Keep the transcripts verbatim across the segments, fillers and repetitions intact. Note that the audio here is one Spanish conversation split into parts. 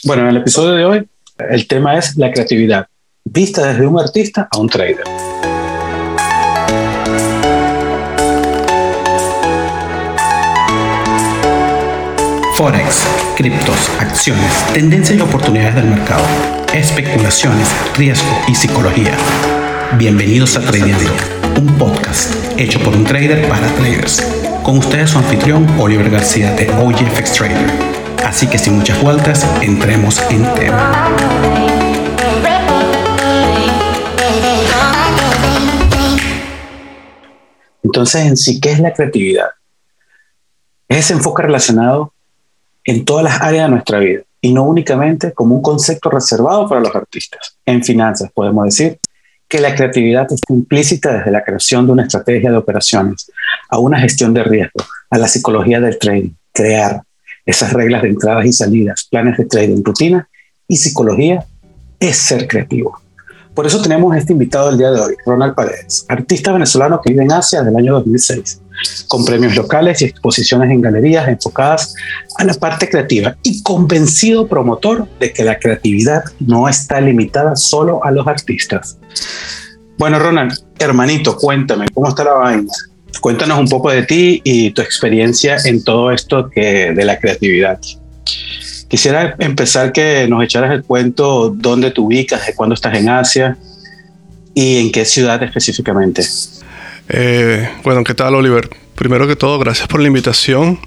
Bueno, en el episodio de hoy, el tema es la creatividad, vista desde un artista a un trader. Forex, criptos, acciones, tendencias y oportunidades del mercado, especulaciones, riesgo y psicología. Bienvenidos a Tradeando, un podcast hecho por un trader para traders. Con ustedes su anfitrión Oliver García de O G F X Trader. Así que sin muchas vueltas, entremos en tema. Entonces, en sí, ¿qué es la creatividad? Es ese enfoque relacionado en todas las áreas de nuestra vida y no únicamente como un concepto reservado para los artistas. En finanzas podemos decir que la creatividad está implícita desde la creación de una estrategia de operaciones, a una gestión de riesgo, a la psicología del trading, crear esas reglas de entradas y salidas, planes de trading, rutina y psicología es ser creativo. Por eso tenemos este invitado el día de hoy, Ronald Paredes, artista venezolano que vive en Asia desde el año dos mil seis, con premios locales y exposiciones en galerías enfocadas a la parte creativa y convencido promotor de que la creatividad no está limitada solo a los artistas. Bueno, Ronald, hermanito, cuéntame, ¿cómo está la vaina? Cuéntanos un poco de ti y tu experiencia en todo esto que, de la creatividad. Quisiera empezar que nos echaras el cuento, dónde te ubicas, de cuándo estás en Asia y en qué ciudad específicamente. Eh, bueno, ¿qué tal, Oliver? Primero que todo, gracias por la invitación.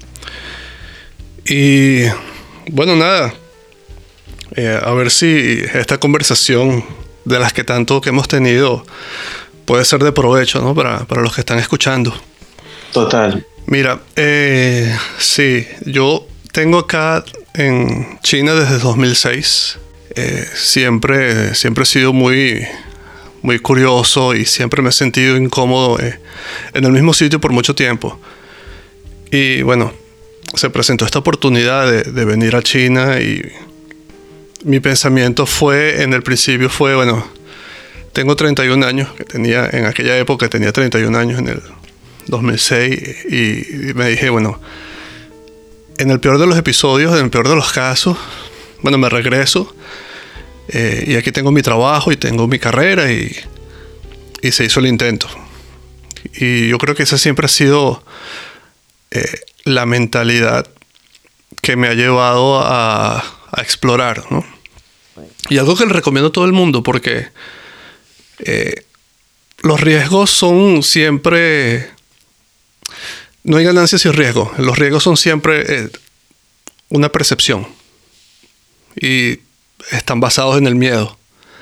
Y bueno, nada, eh, a ver si esta conversación de las que tanto que hemos tenido puede ser de provecho, ¿no? Para, para los que están escuchando. Total. Mira, eh, sí, yo tengo acá en China desde dos mil seis. Eh, siempre, siempre he sido muy, muy curioso y siempre me he sentido incómodo eh, en el mismo sitio por mucho tiempo. Y bueno, se presentó esta oportunidad de, de venir a China y mi pensamiento fue, en el principio fue, bueno, tengo treinta y un años, que tenía en aquella época tenía treinta y un años en el dos mil seis y, y me dije, bueno, en el peor de los episodios, en el peor de los casos, bueno, me regreso eh, y aquí tengo mi trabajo y tengo mi carrera y, y se hizo el intento. Y yo creo que esa siempre ha sido eh, la mentalidad que me ha llevado a, a explorar, ¿no? Y algo que le recomiendo a todo el mundo porque eh, los riesgos son siempre... No hay ganancias sin riesgo. Los riesgos son siempre eh, una percepción y están basados en el miedo.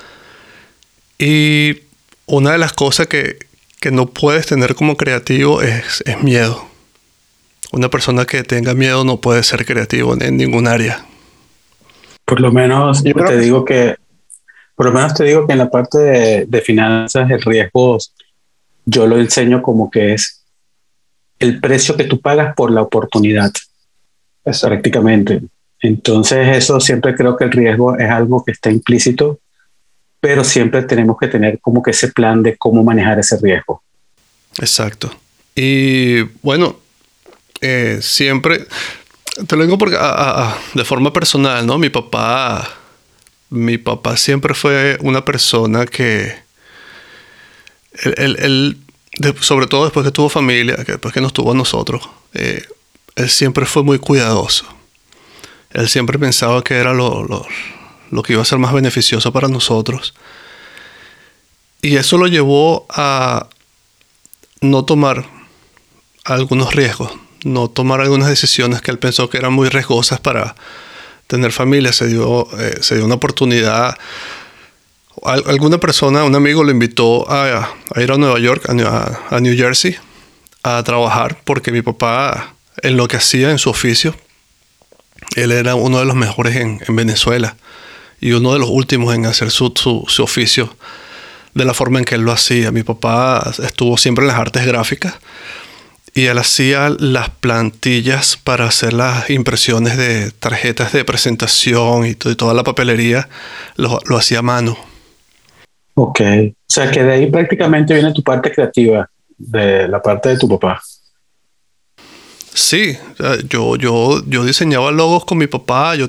Y una de las cosas que, que no puedes tener como creativo es, es miedo. Una persona que tenga miedo no puede ser creativo en, en ningún área. Por lo menos yo te digo que, por lo menos te digo que en la parte de, de finanzas el riesgo yo lo enseño como que es el precio que tú pagas por la oportunidad. Eso. Prácticamente. Entonces eso siempre creo que el riesgo es algo que está implícito, pero siempre tenemos que tener como que ese plan de cómo manejar ese riesgo. Exacto. Y bueno, eh, siempre, te lo digo porque a, a, de forma personal, ¿no? Mi papá, mi papá siempre fue una persona que él, él, él De, sobre todo después que tuvo familia, que después que nos tuvo a nosotros, eh, él siempre fue muy cuidadoso. Él siempre pensaba que era lo, lo, lo que iba a ser más beneficioso para nosotros. Y eso lo llevó a no tomar algunos riesgos, no tomar algunas decisiones que él pensó que eran muy riesgosas para tener familia. Se dio, eh, se dio una oportunidad. Alguna persona, un amigo lo invitó a, a ir a Nueva York, a, a New Jersey, a trabajar porque mi papá, en lo que hacía en su oficio, él era uno de los mejores en, en Venezuela y uno de los últimos en hacer su, su, su oficio de la forma en que él lo hacía. Mi papá estuvo siempre en las artes gráficas y él hacía las plantillas para hacer las impresiones de tarjetas de presentación y, todo, y toda la papelería lo, lo hacía a mano. Ok, o sea que de ahí prácticamente viene tu parte creativa, de la parte de tu papá. Sí, yo, yo, yo diseñaba logos con mi papá, yo te,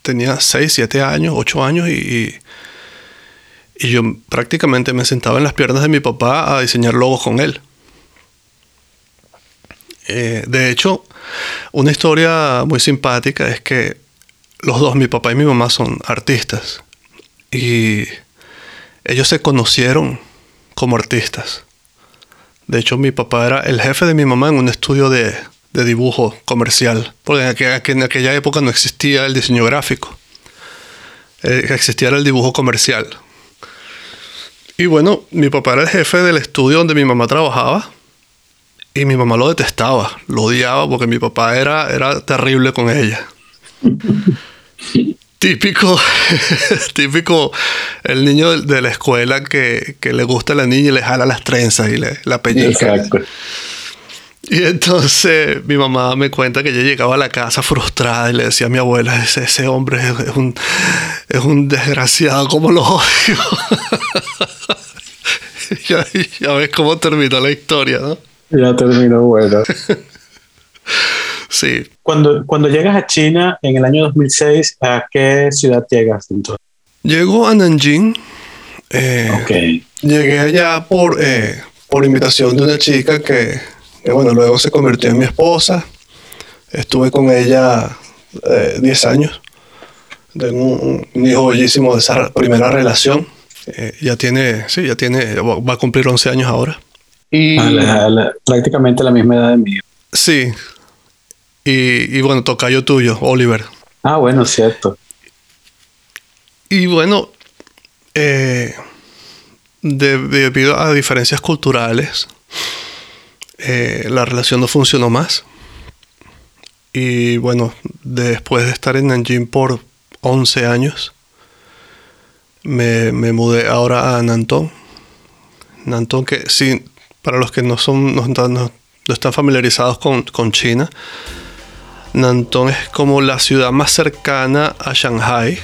tenía seis, siete años, ocho años y, y yo prácticamente me sentaba en las piernas de mi papá a diseñar logos con él. Eh, de hecho, una historia muy simpática es que los dos, mi papá y mi mamá, son artistas y ellos se conocieron como artistas. De hecho, mi papá era el jefe de mi mamá en un estudio de, de dibujo comercial, porque en aquella, en aquella época no existía el diseño gráfico, eh, existía el dibujo comercial. Y bueno, mi papá era el jefe del estudio donde mi mamá trabajaba y mi mamá lo detestaba, lo odiaba porque mi papá era, era terrible con ella. Típico, típico el niño de, de la escuela que, que le gusta a la niña y le jala las trenzas y le la pellizca. Exacto. Y entonces mi mamá me cuenta que ella llegaba a la casa frustrada y le decía a mi abuela, ese, ese hombre es, es, un, es un desgraciado, ¿cómo lo odio? ya, ya ves cómo terminó la historia, ¿no? Ya terminó, bueno. Sí. Cuando, cuando llegas a China en el año dos mil seis, ¿a qué ciudad llegas entonces? Llego a Nanjing. Eh, okay. Llegué allá por, eh, por invitación de una chica que, que, bueno, luego se convirtió en mi esposa. Estuve con ella diez años. Tengo un, un hijo bellísimo de esa primera relación. Eh, ya tiene, sí, ya tiene, va a cumplir once años ahora. Y, a la, a la, prácticamente la misma edad de mí. Sí. Y, y bueno, tocayo tuyo, Oliver. Ah, bueno, cierto. Y bueno, eh, de, debido a diferencias culturales, eh, la relación no funcionó más. Y bueno, después de estar en Nanjing por once años, me, me mudé ahora a Nantong. Nantong, que sí, para los que no son no, no, no están familiarizados con, con China, Nantong es como la ciudad más cercana a Shanghai.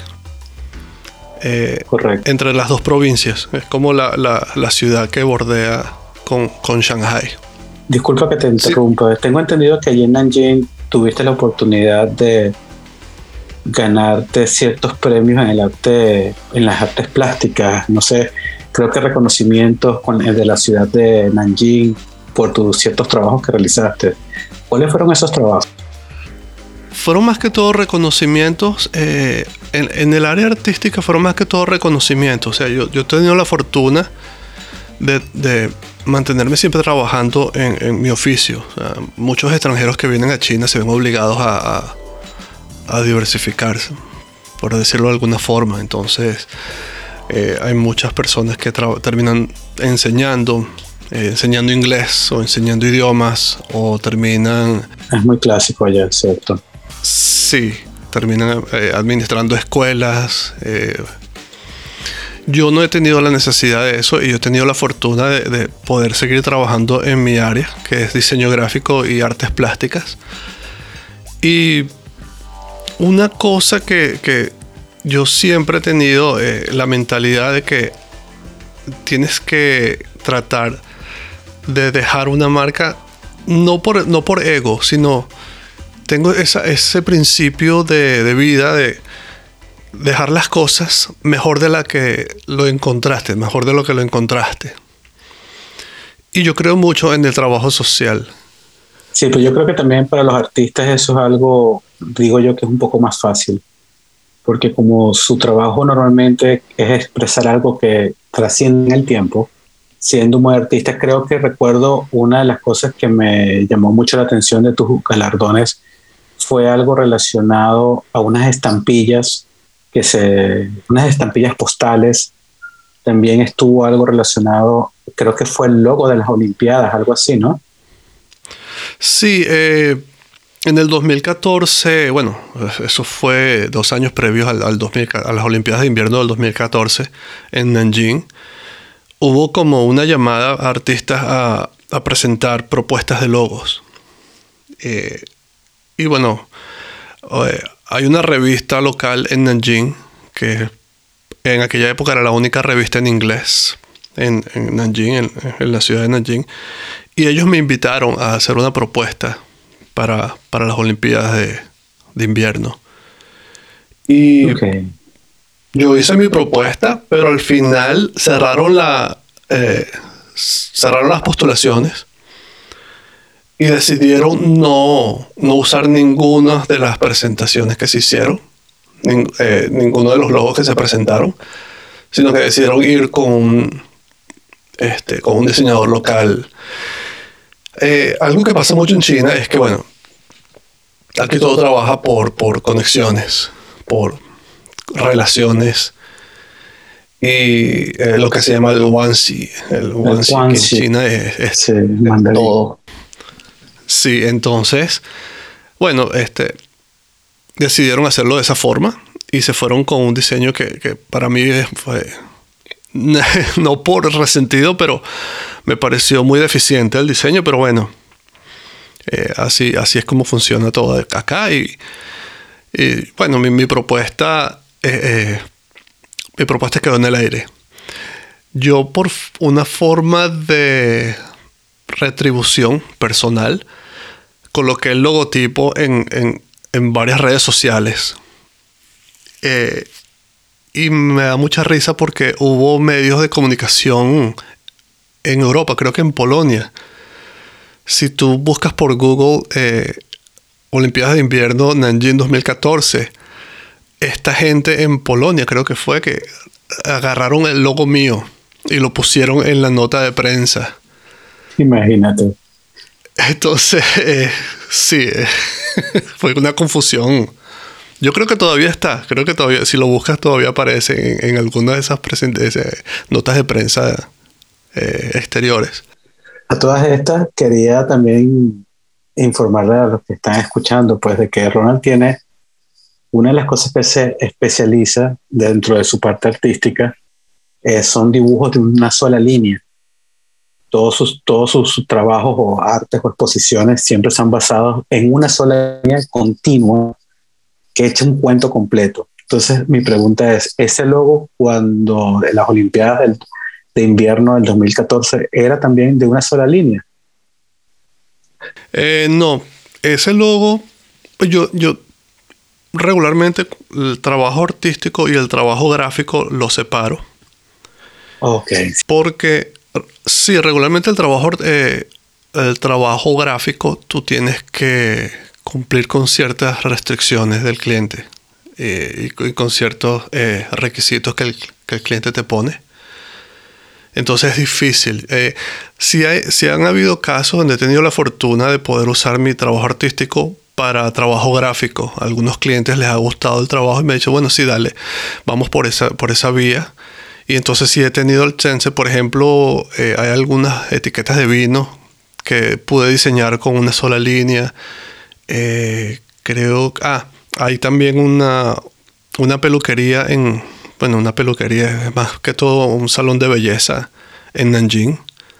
Eh, Correcto. Entre las dos provincias. Es como la, la, la ciudad que bordea con, con Shanghai. Disculpa que te interrumpa. Sí. Tengo entendido que allí en Nanjing tuviste la oportunidad de ganarte ciertos premios en el arte, en las artes plásticas. No sé, creo que reconocimientos con, de la ciudad de Nanjing por tus ciertos trabajos que realizaste. ¿Cuáles fueron esos trabajos? Fueron más que todo reconocimientos, eh, en, en el área artística fueron más que todo reconocimientos. O sea, yo, yo he tenido la fortuna de, de mantenerme siempre trabajando en, en mi oficio. O sea, muchos extranjeros que vienen a China se ven obligados a, a, a diversificarse, por decirlo de alguna forma. Entonces, eh, hay muchas personas que tra- terminan enseñando, eh, enseñando inglés o enseñando idiomas, o terminan... Es muy clásico allá, ¿cierto? Sí, terminan eh, administrando escuelas. Eh, yo no he tenido la necesidad de eso y yo he tenido la fortuna de, de poder seguir trabajando en mi área, que es diseño gráfico y artes plásticas. Y una cosa que, que yo siempre he tenido eh, la mentalidad de que tienes que tratar de dejar una marca no por, no por ego, sino... Tengo esa, ese principio de, de vida de dejar las cosas mejor de la que lo encontraste, mejor de lo que lo encontraste. Y yo creo mucho en el trabajo social. Sí, pues yo creo que también para los artistas eso es algo, digo yo, que es un poco más fácil. Porque como su trabajo normalmente es expresar algo que trasciende en el tiempo, siendo muy artista, creo que recuerdo una de las cosas que me llamó mucho la atención de tus galardones fue algo relacionado a unas estampillas, que se, unas estampillas postales. También estuvo algo relacionado, creo que fue el logo de las Olimpiadas, algo así, ¿no? Sí, eh, en el dos mil catorce, bueno, eso fue dos años previos al, al dos mil, a las Olimpiadas de Invierno del dos mil catorce en Nanjing. Hubo como una llamada a artistas a, a presentar propuestas de logos. Eh, y bueno, eh, hay una revista local en Nanjing que en aquella época era la única revista en inglés en, en Nanjing, en, en la ciudad de Nanjing. Y ellos me invitaron a hacer una propuesta para, para las Olimpiadas de, de invierno. Y Okay. yo hice mi propuesta, pero al final cerraron la eh, cerraron las postulaciones y decidieron no, no usar ninguna de las presentaciones que se hicieron, ning- eh, ninguno de los logos que se presentaron, sino que decidieron ir con un, este, con un diseñador local. Eh, algo que pasa mucho en China es que, bueno, aquí todo trabaja por, por conexiones, por relaciones y eh, lo que se llama el Wanxi. El Wanxi que en Wanxi. China es, es, Sí, es mandarín. todo. Sí, entonces, bueno, este, decidieron hacerlo de esa forma y se fueron con un diseño que, que para mí fue, no por resentido, pero me pareció muy deficiente el diseño, pero bueno, eh, así, así es como funciona todo acá y, y bueno, mi, mi propuesta, eh, eh, mi propuesta quedó en el aire. Yo por f- una forma de retribución personal coloqué el logotipo en, en, en varias redes sociales. Eh, y me da mucha risa porque hubo medios de comunicación en Europa, creo que en Polonia. Si tú buscas por Google eh, Olimpiadas de Invierno Nanjing dos mil catorce, esta gente en Polonia creo que fue que agarraron el logo mío y lo pusieron en la nota de prensa. Imagínate. Entonces, eh, sí, eh, fue una confusión. Yo creo que todavía está, creo que todavía, si lo buscas todavía aparece en, en alguna de esas present- ese- notas de prensa eh, exteriores. A todas estas, quería también informarle a los que están escuchando, pues, de que Ronald tiene una de las cosas que se especializa dentro de su parte artística, eh, son dibujos de una sola línea. Todos sus, todos sus trabajos o artes o exposiciones siempre se han basado en una sola línea continua que echa un cuento completo. Entonces, mi pregunta es, ¿ese logo cuando en las Olimpiadas del, de invierno del dos mil catorce era también de una sola línea? Eh, no, ese logo, yo, yo regularmente el trabajo artístico y el trabajo gráfico lo separo. Ok. Porque sí, regularmente el trabajo, eh, el trabajo gráfico tú tienes que cumplir con ciertas restricciones del cliente eh, y, y con ciertos eh, requisitos que el, que el cliente te pone. Entonces es difícil. Eh, sí, hay, sí han habido casos donde he tenido la fortuna de poder usar mi trabajo artístico para trabajo gráfico. A algunos clientes les ha gustado el trabajo y me han dicho, bueno, sí, dale, vamos por esa, por esa vía. Y entonces sí he tenido el chance, por ejemplo, eh, hay algunas etiquetas de vino que pude diseñar con una sola línea. Eh, creo, ah, hay también una, una peluquería en, bueno, una peluquería, es más que todo un salón de belleza en Nanjing,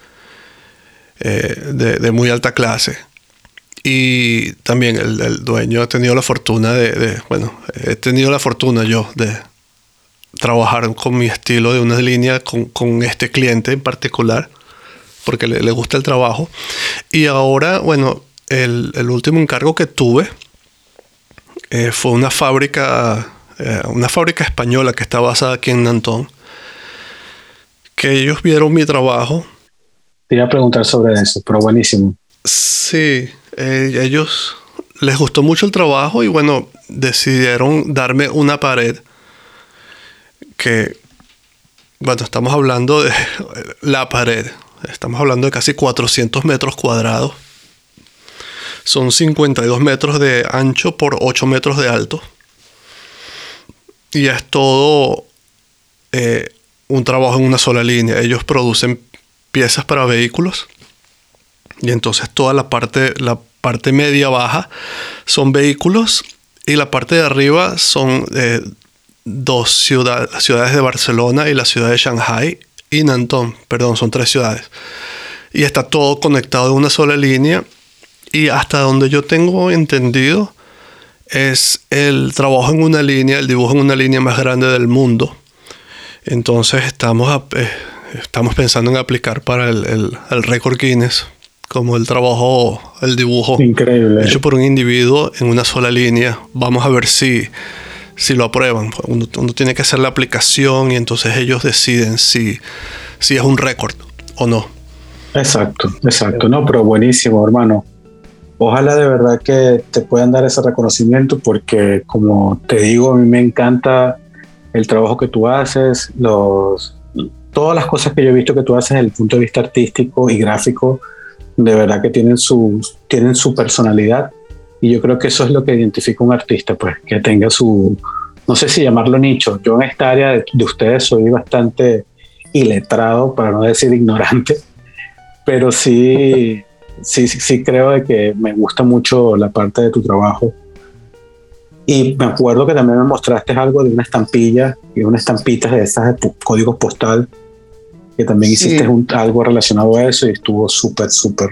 eh, de, de muy alta clase. Y también el, el dueño ha tenido la fortuna de, de, bueno, he tenido la fortuna yo de trabajar con mi estilo de una línea con, con este cliente en particular, porque le, le gusta el trabajo. Y ahora, bueno, el, el último encargo que tuve eh, fue una fábrica, eh, una fábrica española que está basada aquí en Nantong, que ellos vieron mi trabajo. Te iba a preguntar sobre eso, pero buenísimo. Sí, eh, ellos les gustó mucho el trabajo y bueno, decidieron darme una pared que, bueno, estamos hablando de la pared, estamos hablando de casi cuatrocientos metros cuadrados. Son cincuenta y dos metros de ancho por ocho metros de alto. Y es todo eh, un trabajo en una sola línea. Ellos producen piezas para vehículos. Y entonces toda la parte, la parte media baja son vehículos. Y la parte de arriba son eh, dos ciudad, ciudades de Barcelona y la ciudad de Shanghai y Nantong. Perdón, son tres ciudades. Y está todo conectado en una sola línea. Y hasta donde yo tengo entendido, es el trabajo en una línea, el dibujo en una línea más grande del mundo. Entonces estamos, eh, estamos pensando en aplicar para el, el, el récord Guinness como el trabajo, el dibujo Increíble. hecho por un individuo en una sola línea. Vamos a ver si, si lo aprueban. Uno, uno tiene que hacer la aplicación y entonces ellos deciden si, si es un récord o no. Exacto, exacto. No, pero buenísimo, hermano. Ojalá de verdad que te puedan dar ese reconocimiento porque, como te digo, a mí me encanta el trabajo que tú haces, los, todas las cosas que yo he visto que tú haces desde el punto de vista artístico y gráfico, de verdad que tienen su, tienen su personalidad. Y yo creo que eso es lo que identifica un artista, pues, que tenga su, no sé si llamarlo nicho. Yo en esta área de, de ustedes soy bastante iletrado, para no decir ignorante, pero sí... Sí, sí, sí creo de que me gusta mucho la parte de tu trabajo. Y me acuerdo que también me mostraste algo de una estampilla y unas estampitas de esas de códigos postal, que también sí. hiciste un, algo relacionado a eso y estuvo súper, súper.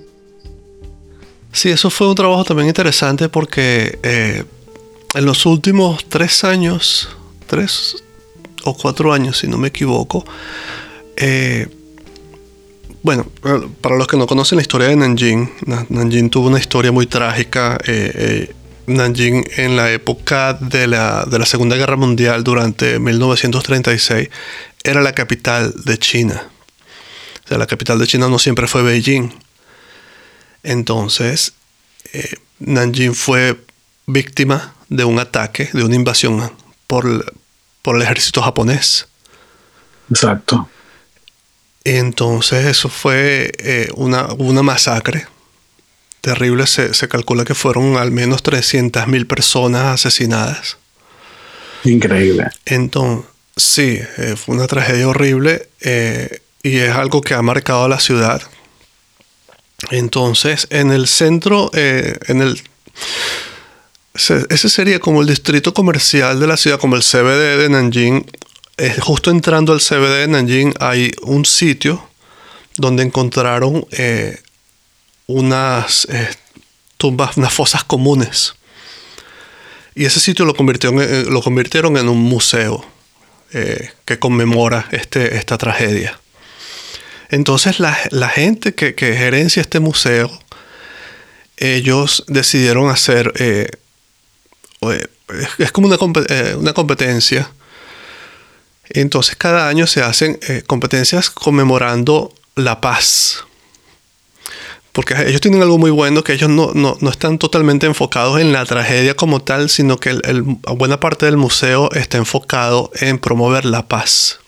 Sí, eso fue un trabajo también interesante porque eh, en los últimos tres años, tres o cuatro años, si no me equivoco, eh, bueno, para los que no conocen la historia de Nanjing, Nanjing tuvo una historia muy trágica. Eh, eh, Nanjing en la época de la, de la Segunda Guerra Mundial, durante mil novecientos treinta y seis, era la capital de China. O sea, la capital de China no siempre fue Beijing. Entonces, eh, Nanjing fue víctima de un ataque, de una invasión por, por el ejército japonés. Exacto. Entonces eso fue eh, una, una masacre terrible. Se, se calcula que fueron al menos trescientas mil personas asesinadas. Increíble. Entonces, sí, eh, fue una tragedia horrible eh, y es algo que ha marcado a la ciudad. Entonces, en el centro, eh, en el ese sería como el distrito comercial de la ciudad, como el C B D de Nanjing. Eh, justo entrando al C B D de Nanjing hay un sitio donde encontraron eh, unas eh, tumbas, unas fosas comunes. Y ese sitio lo convirtieron, eh, lo convirtieron en un museo eh, que conmemora este, esta tragedia. Entonces la, la gente que, que gerencia este museo, ellos decidieron hacer, eh, eh, es como una, eh, una competencia. Entonces cada año se hacen eh, competencias conmemorando la paz. Porque ellos tienen algo muy bueno, que ellos no, no, no están totalmente enfocados en la tragedia como tal, sino que el, el, buena parte del museo está enfocado en promover la paz.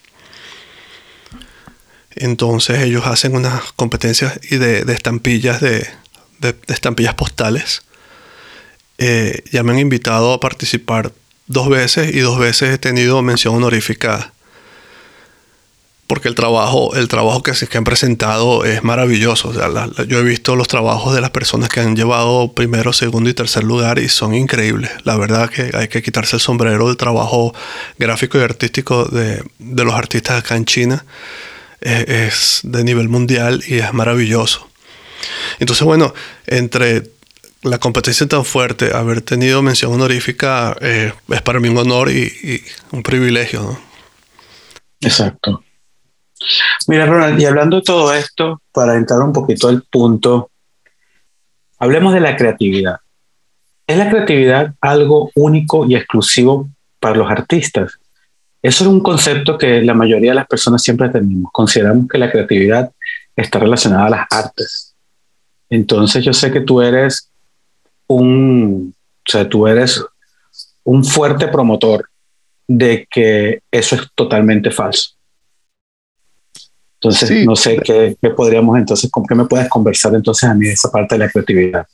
Entonces ellos hacen unas competencias de, de estampillas, de, de, de estampillas postales. Eh, ya me han invitado a participar dos veces y dos veces he tenido mención honorífica. Porque el trabajo, el trabajo que, se, que han presentado es maravilloso. O sea, la, la, yo he visto los trabajos de las personas que han llevado primero, segundo y tercer lugar y son increíbles. La verdad que hay que quitarse el sombrero del trabajo gráfico y artístico de, de los artistas acá en China. Es, es de nivel mundial y es maravilloso. Entonces, bueno, entre la competencia tan fuerte, haber tenido mención honorífica eh, es para mí un honor y, y un privilegio, ¿no? Exacto. Mira, Ronald, y hablando de todo esto, para entrar un poquito al punto, hablemos de la creatividad. ¿Es la creatividad algo único y exclusivo para los artistas? Eso es un concepto que la mayoría de las personas siempre tenemos. Consideramos que la creatividad está relacionada a las artes. Entonces yo sé que tú eres un, o sea, tú eres un fuerte promotor de que eso es totalmente falso. Entonces, sí. no sé qué, qué podríamos entonces, ¿con qué me puedes conversar entonces a mí de esa parte de la creatividad?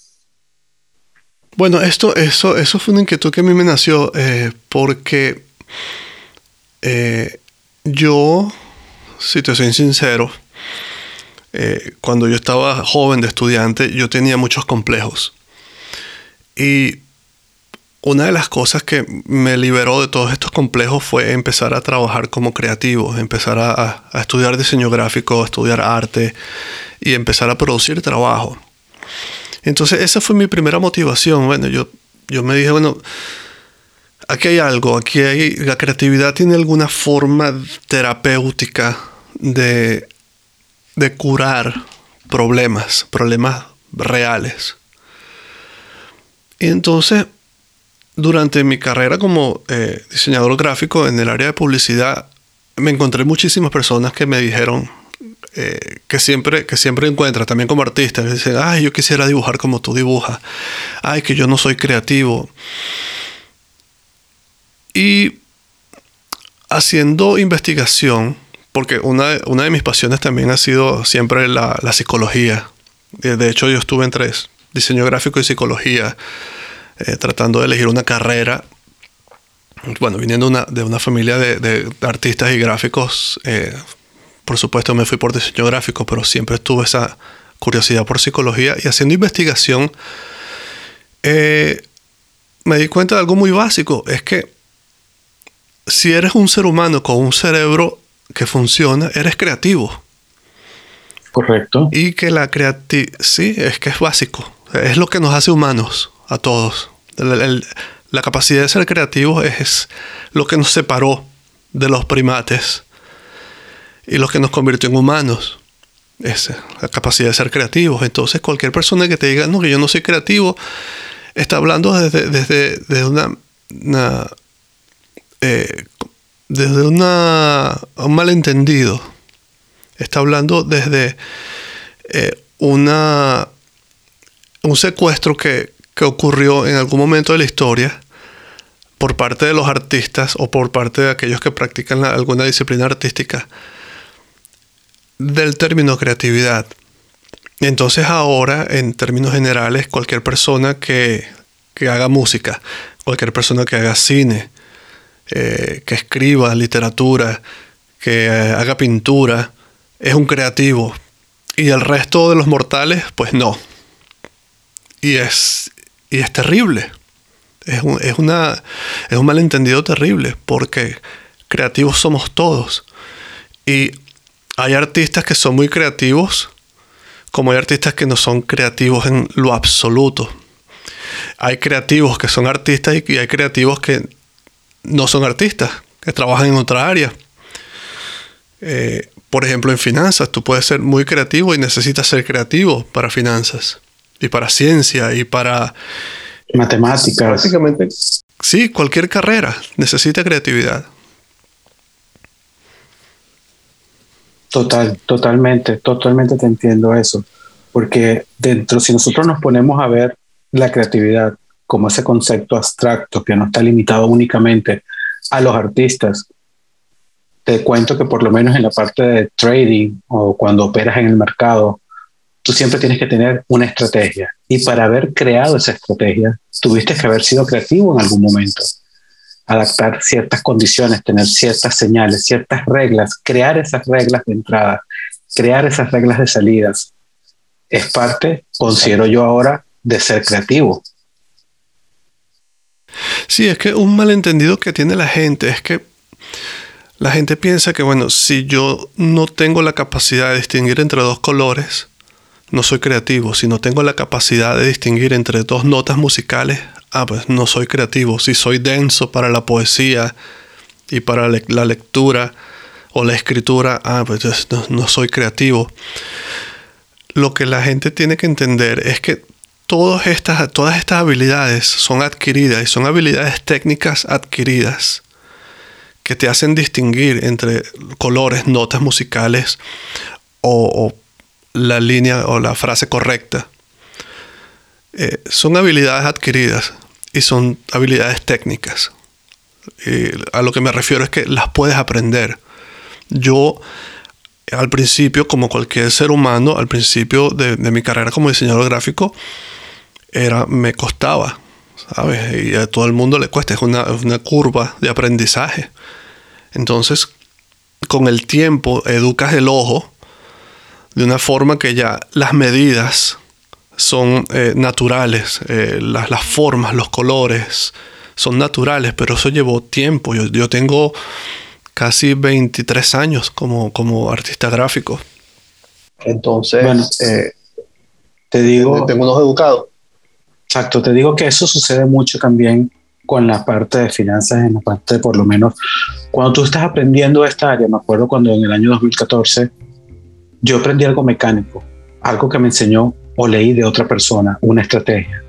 Bueno, esto, eso, eso fue una inquietud que a mí me nació eh, porque eh, yo, si te soy sincero, eh, cuando yo estaba joven de estudiante, yo tenía muchos complejos. Y una de las cosas que me liberó de todos estos complejos fue empezar a trabajar como creativo, empezar a, a estudiar diseño gráfico, a estudiar arte y empezar a producir trabajo. Entonces esa fue mi primera motivación. Bueno, yo, yo me dije, bueno, aquí hay algo, aquí hay, la creatividad tiene alguna forma terapéutica de, de curar problemas, problemas reales. Y entonces durante mi carrera como eh, diseñador gráfico en el área de publicidad, me encontré muchísimas personas que me dijeron eh, que siempre que siempre encuentras también como artista, que dicen, ay, yo quisiera dibujar como tú dibujas, ay, que yo no soy creativo. Y haciendo investigación, porque una, una de mis pasiones también ha sido siempre la, la psicología. De, de hecho, yo estuve en tres, diseño gráfico y psicología, eh, tratando de elegir una carrera. Bueno, viniendo una, de una familia de, de artistas y gráficos, eh, por supuesto me fui por diseño gráfico, pero siempre tuve esa curiosidad por psicología. Y haciendo investigación, eh, me di cuenta de algo muy básico. Es que si eres un ser humano con un cerebro que funciona, eres creativo. Correcto. Y que la creatividad, sí, es que es básico. Es lo que nos hace humanos a todos. El, el, la capacidad de ser creativo es lo que nos separó de los primates y lo que nos convirtió en humanos. Es la capacidad de ser creativos. Entonces, cualquier persona que te diga, no, que yo no soy creativo, está hablando desde, desde, desde una... una Eh, desde una, un malentendido. Está hablando desde eh, una, un secuestro que, que ocurrió en algún momento de la historia por parte de los artistas o por parte de aquellos que practican la, alguna disciplina artística del término creatividad. Entonces ahora, en términos generales, cualquier persona que, que haga música, cualquier persona que haga cine, Eh, que escriba literatura, que eh, haga pintura, es un creativo. Y el resto de los mortales, pues no. Y es, y es terrible. Es un, es, una, es un malentendido terrible, porque creativos somos todos. Y hay artistas que son muy creativos, como hay artistas que no son creativos en lo absoluto. Hay creativos que son artistas y hay creativos que no son artistas, que trabajan en otra área. Eh, por ejemplo, en finanzas, tú puedes ser muy creativo y necesitas ser creativo para finanzas, y para ciencia, y para... matemáticas. Básicamente, sí, cualquier carrera necesita creatividad. Total, totalmente, totalmente te entiendo eso. Porque dentro, si nosotros nos ponemos a ver la creatividad como ese concepto abstracto que no está limitado únicamente a los artistas, te cuento que por lo menos en la parte de trading o cuando operas en el mercado, tú siempre tienes que tener una estrategia. Y para haber creado esa estrategia, tuviste que haber sido creativo en algún momento. Adaptar ciertas condiciones, tener ciertas señales, ciertas reglas, crear esas reglas de entrada, crear esas reglas de salidas. Es parte, considero yo ahora, de ser creativo. Sí, es que un malentendido que tiene la gente es que la gente piensa que, bueno, si yo no tengo la capacidad de distinguir entre dos colores, no soy creativo. Si no tengo la capacidad de distinguir entre dos notas musicales, ah, pues no soy creativo. Si soy denso para la poesía y para le- la lectura o la escritura, ah, pues no, no soy creativo. Lo que la gente tiene que entender es que Todas estas, todas estas habilidades son adquiridas y son habilidades técnicas adquiridas que te hacen distinguir entre colores, notas musicales o, o la línea o la frase correcta. Eh, son habilidades adquiridas y son habilidades técnicas. Y a lo que me refiero es que las puedes aprender. Yo, al principio, como cualquier ser humano, al principio de, de mi carrera como diseñador gráfico, Era, me costaba, ¿sabes? Y a todo el mundo le cuesta, es una, una curva de aprendizaje. Entonces, con el tiempo, educas el ojo de una forma que ya las medidas son eh, naturales, eh, las, las formas, los colores son naturales, pero eso llevó tiempo. Yo, yo tengo casi veintitrés años como, como artista gráfico. Entonces, bueno, eh, te digo... tengo unos educados. Exacto, te digo que eso sucede mucho también con la parte de finanzas, en la parte de, por lo menos, cuando tú estás aprendiendo esta área. Me acuerdo cuando en el año dos mil catorce yo aprendí algo mecánico, algo que me enseñó o leí de otra persona, una estrategia.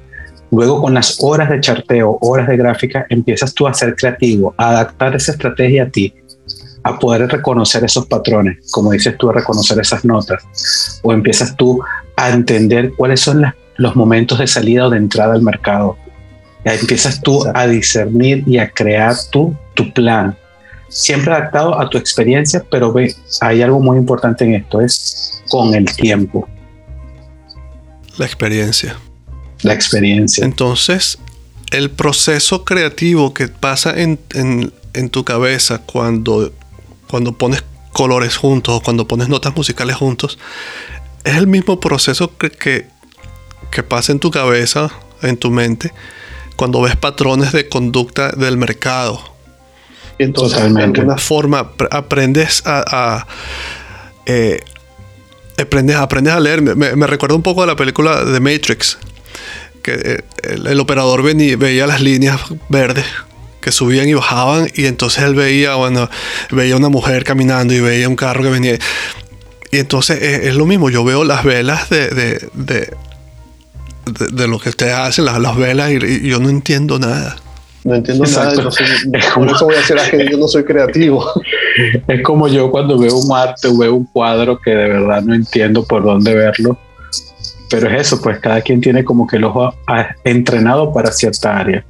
Luego, con las horas de charteo, horas de gráfica, empiezas tú a ser creativo, a adaptar esa estrategia a ti, a poder reconocer esos patrones, como dices tú, a reconocer esas notas, o empiezas tú a entender cuáles son las, los momentos de salida o de entrada al mercado. Ya empiezas tú a discernir y a crear tú, tu plan, siempre adaptado a tu experiencia, pero ve, hay algo muy importante en esto, es con el tiempo. La experiencia. La experiencia. Entonces, el proceso creativo que pasa en, en, en tu cabeza cuando, cuando pones colores juntos o cuando pones notas musicales juntos, es el mismo proceso que, que, que pasa en tu cabeza, en tu mente, cuando ves patrones de conducta del mercado. Y entonces, Totalmente. De alguna forma, aprendes a... a eh, aprendes, aprendes a leer. Me, me recuerda un poco a la película de Matrix, que el, el operador venía, veía las líneas verdes que subían y bajaban, y entonces él veía, bueno, veía una mujer caminando y veía un carro que venía. Y entonces es, es lo mismo, yo veo las velas de, de, de, de, de lo que ustedes hacen, las, las velas, y, y yo no entiendo nada. No entiendo Exacto. nada, entonces, por eso voy a decir que yo no soy creativo. Es como yo cuando veo un arte, veo un cuadro que de verdad no entiendo por dónde verlo. Pero es eso, pues cada quien tiene como que el ojo entrenado para cierta área.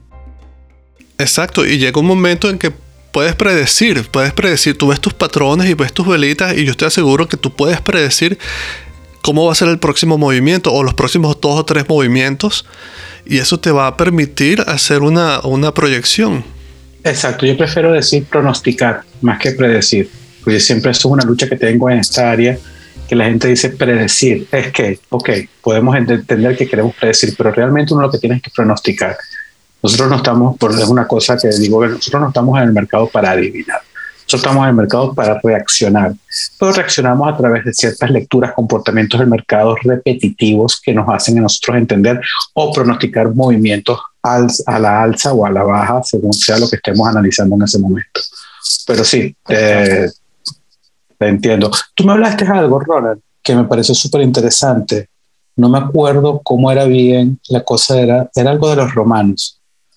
Exacto, y llega un momento en que puedes predecir, puedes predecir, tú ves tus patrones y ves tus velitas, y yo estoy seguro que tú puedes predecir cómo va a ser el próximo movimiento o los próximos dos o tres movimientos, y eso te va a permitir hacer una, una proyección. Exacto, yo prefiero decir pronosticar más que predecir, porque siempre eso es una lucha que tengo en esta área, que la gente dice predecir. Es que, ok, podemos entender que queremos predecir, pero realmente uno lo que tiene es que pronosticar. Nosotros no estamos, por es una cosa que digo, nosotros no estamos en el mercado para adivinar. Nosotros estamos en el mercado para reaccionar. Pero reaccionamos a través de ciertas lecturas, comportamientos del mercado repetitivos que nos hacen a nosotros entender o pronosticar movimientos a la alza o a la baja, según sea lo que estemos analizando en ese momento. Pero sí, te, te entiendo. Tú me hablaste de algo, Ronald, que me pareció súper interesante. No me acuerdo cómo era bien la cosa, era, era algo de los romanos.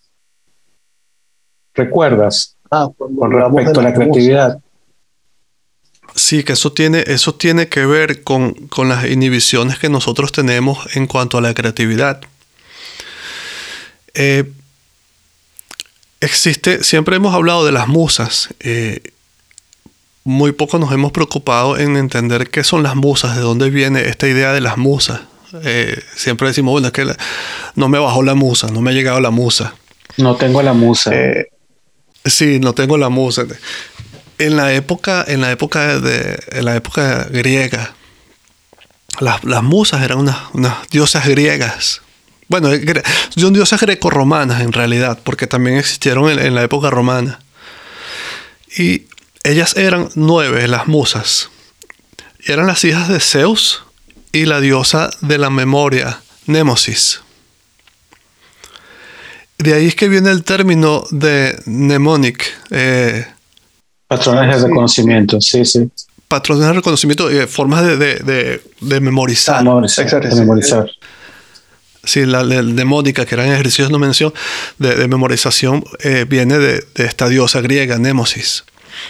¿Recuerdas? Ah, con respecto a la creatividad. Sí, que eso tiene, eso tiene que ver con, con las inhibiciones que nosotros tenemos en cuanto a la creatividad. Eh, existe, siempre hemos hablado de las musas. Eh, muy poco nos hemos preocupado en entender qué son las musas, de dónde viene esta idea de las musas. Eh, siempre decimos, bueno, es que la, no me bajó la musa, no me ha llegado la musa. No tengo la musa. Eh, sí, no tengo la musa. En la época, en la época de, en la época griega, las, las musas eran unas, unas diosas griegas. Bueno, son diosas grecorromanas en realidad, porque también existieron en, en la época romana. Y ellas eran nueve, las musas. Y eran las hijas de Zeus y la diosa de la memoria, Némosis. De ahí es que viene el término de mnemonic. Eh, patrones de reconocimiento, sí, sí. Patrones de reconocimiento, eh, formas de, de, de, de memorizar. Ah, memorizar, exacto, de memorizar. Sí, la, la mnemónica, que eran ejercicios de mención, de, de memorización, eh, viene de, de esta diosa griega, Némosis.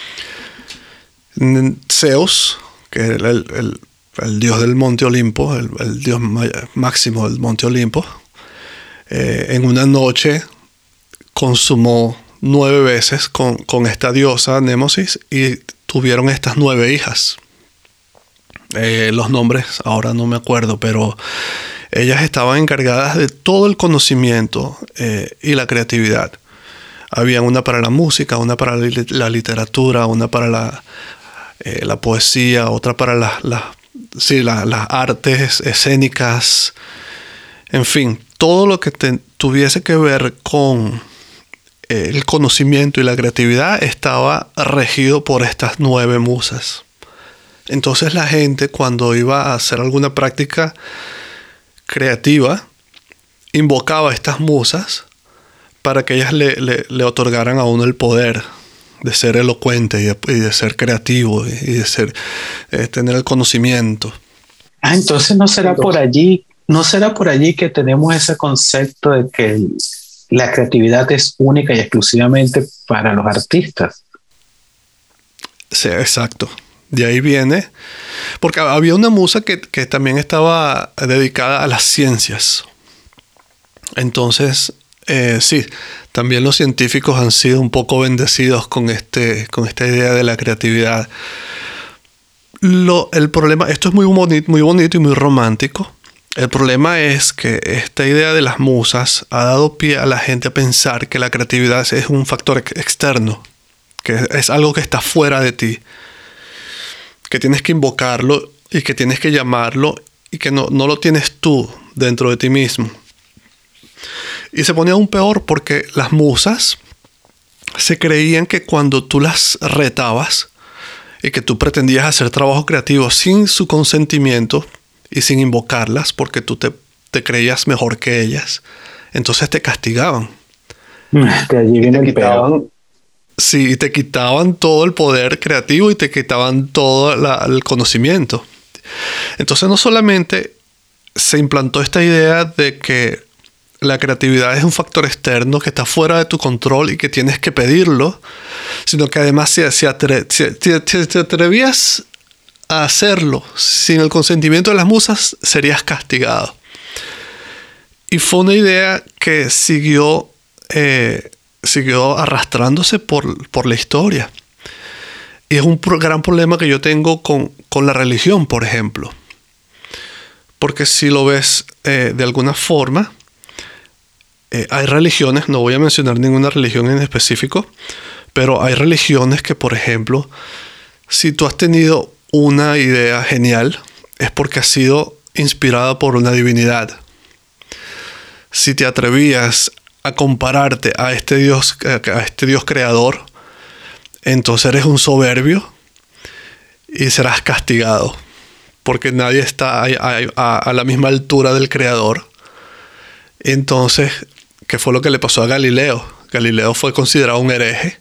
Zeus, que es el, el, el, el dios del monte Olimpo, el, el dios máximo del monte Olimpo, eh, en una noche consumó nueve veces con, con esta diosa Némosis y tuvieron estas nueve hijas. Eh, los nombres ahora no me acuerdo, pero ellas estaban encargadas de todo el conocimiento eh, y la creatividad. Había una para la música, una para la literatura, una para la, eh, la poesía, otra para la, la, sí, la, las artes escénicas. En fin, todo lo que te, tuviese que ver con eh, el conocimiento y la creatividad estaba regido por estas nueve musas. Entonces la gente, cuando iba a hacer alguna práctica creativa, invocaba a estas musas para que ellas le, le, le otorgaran a uno el poder de ser elocuente y de, y de ser creativo y de ser, eh, tener el conocimiento. Ah, entonces no será por allí ¿No será por allí que tenemos ese concepto de que el- la creatividad es única y exclusivamente para los artistas? Sí, exacto. De ahí viene, porque había una musa que, que también estaba dedicada a las ciencias. Entonces, eh, sí, también los científicos han sido un poco bendecidos con, este, con esta idea de la creatividad. Lo, el problema, esto es muy bonito, muy bonito y muy romántico. El problema es que esta idea de las musas ha dado pie a la gente a pensar que la creatividad es un factor ex- externo, que es algo que está fuera de ti, que tienes que invocarlo y que tienes que llamarlo y que no, no lo tienes tú dentro de ti mismo. Y se ponía aún peor porque las musas se creían que cuando tú las retabas y que tú pretendías hacer trabajo creativo sin su consentimiento y sin invocarlas porque tú te, te creías mejor que ellas, entonces te castigaban. De allí Y viene te el peor. quitaban, Sí, y te quitaban todo el poder creativo y te quitaban todo la- el conocimiento. Entonces no solamente se implantó esta idea de que la creatividad es un factor externo que está fuera de tu control y que tienes que pedirlo, sino que además si, si, atre- si- si- si te atrevías a hacerlo sin el consentimiento de las musas, serías castigado. Y fue una idea que siguió, eh, siguió arrastrándose por, por la historia. Y es un pro- gran problema que yo tengo con, con la religión, por ejemplo. Porque si lo ves eh, de alguna forma, eh, hay religiones, no voy a mencionar ninguna religión en específico, pero hay religiones que, por ejemplo, si tú has tenido una idea genial, es porque ha sido inspirada por una divinidad. Si te atrevías a compararte a este Dios, a este Dios creador, entonces eres un soberbio y serás castigado, porque nadie está a, a- a la misma altura del creador. Entonces, ¿qué fue lo que le pasó a Galileo? Galileo fue considerado un hereje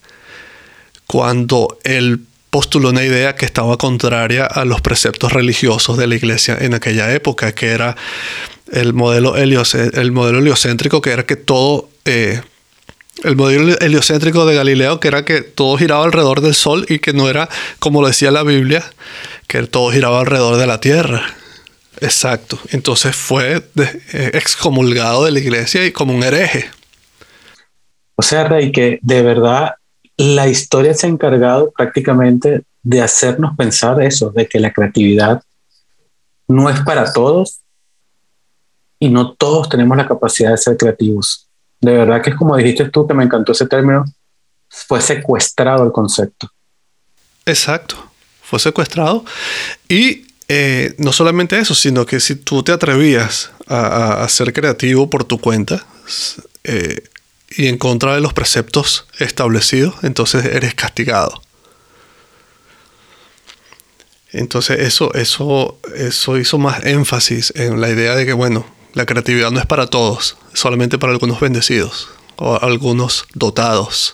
cuando él postuló una idea que estaba contraria a los preceptos religiosos de la iglesia en aquella época, que era el modelo, heliocé- el modelo heliocéntrico, que era que todo... eh, el modelo heliocéntrico de Galileo, que era que todo giraba alrededor del Sol y que no era, como lo decía la Biblia, que todo giraba alrededor de la Tierra. Exacto. Entonces fue de- eh, excomulgado de la iglesia y como un hereje. O sea, Rey, que de verdad la historia se ha encargado prácticamente de hacernos pensar eso, de que la creatividad no es para todos y no todos tenemos la capacidad de ser creativos. De verdad que es como dijiste tú, que me encantó ese término, fue secuestrado el concepto. Exacto. Fue secuestrado. Y eh, no solamente eso, sino que si tú te atrevías a, a- a ser creativo por tu cuenta eh, y en contra de los preceptos establecidos, entonces eres castigado. Entonces eso, eso, eso hizo más énfasis en la idea de que, bueno, la creatividad no es para todos, solamente para algunos bendecidos o algunos dotados.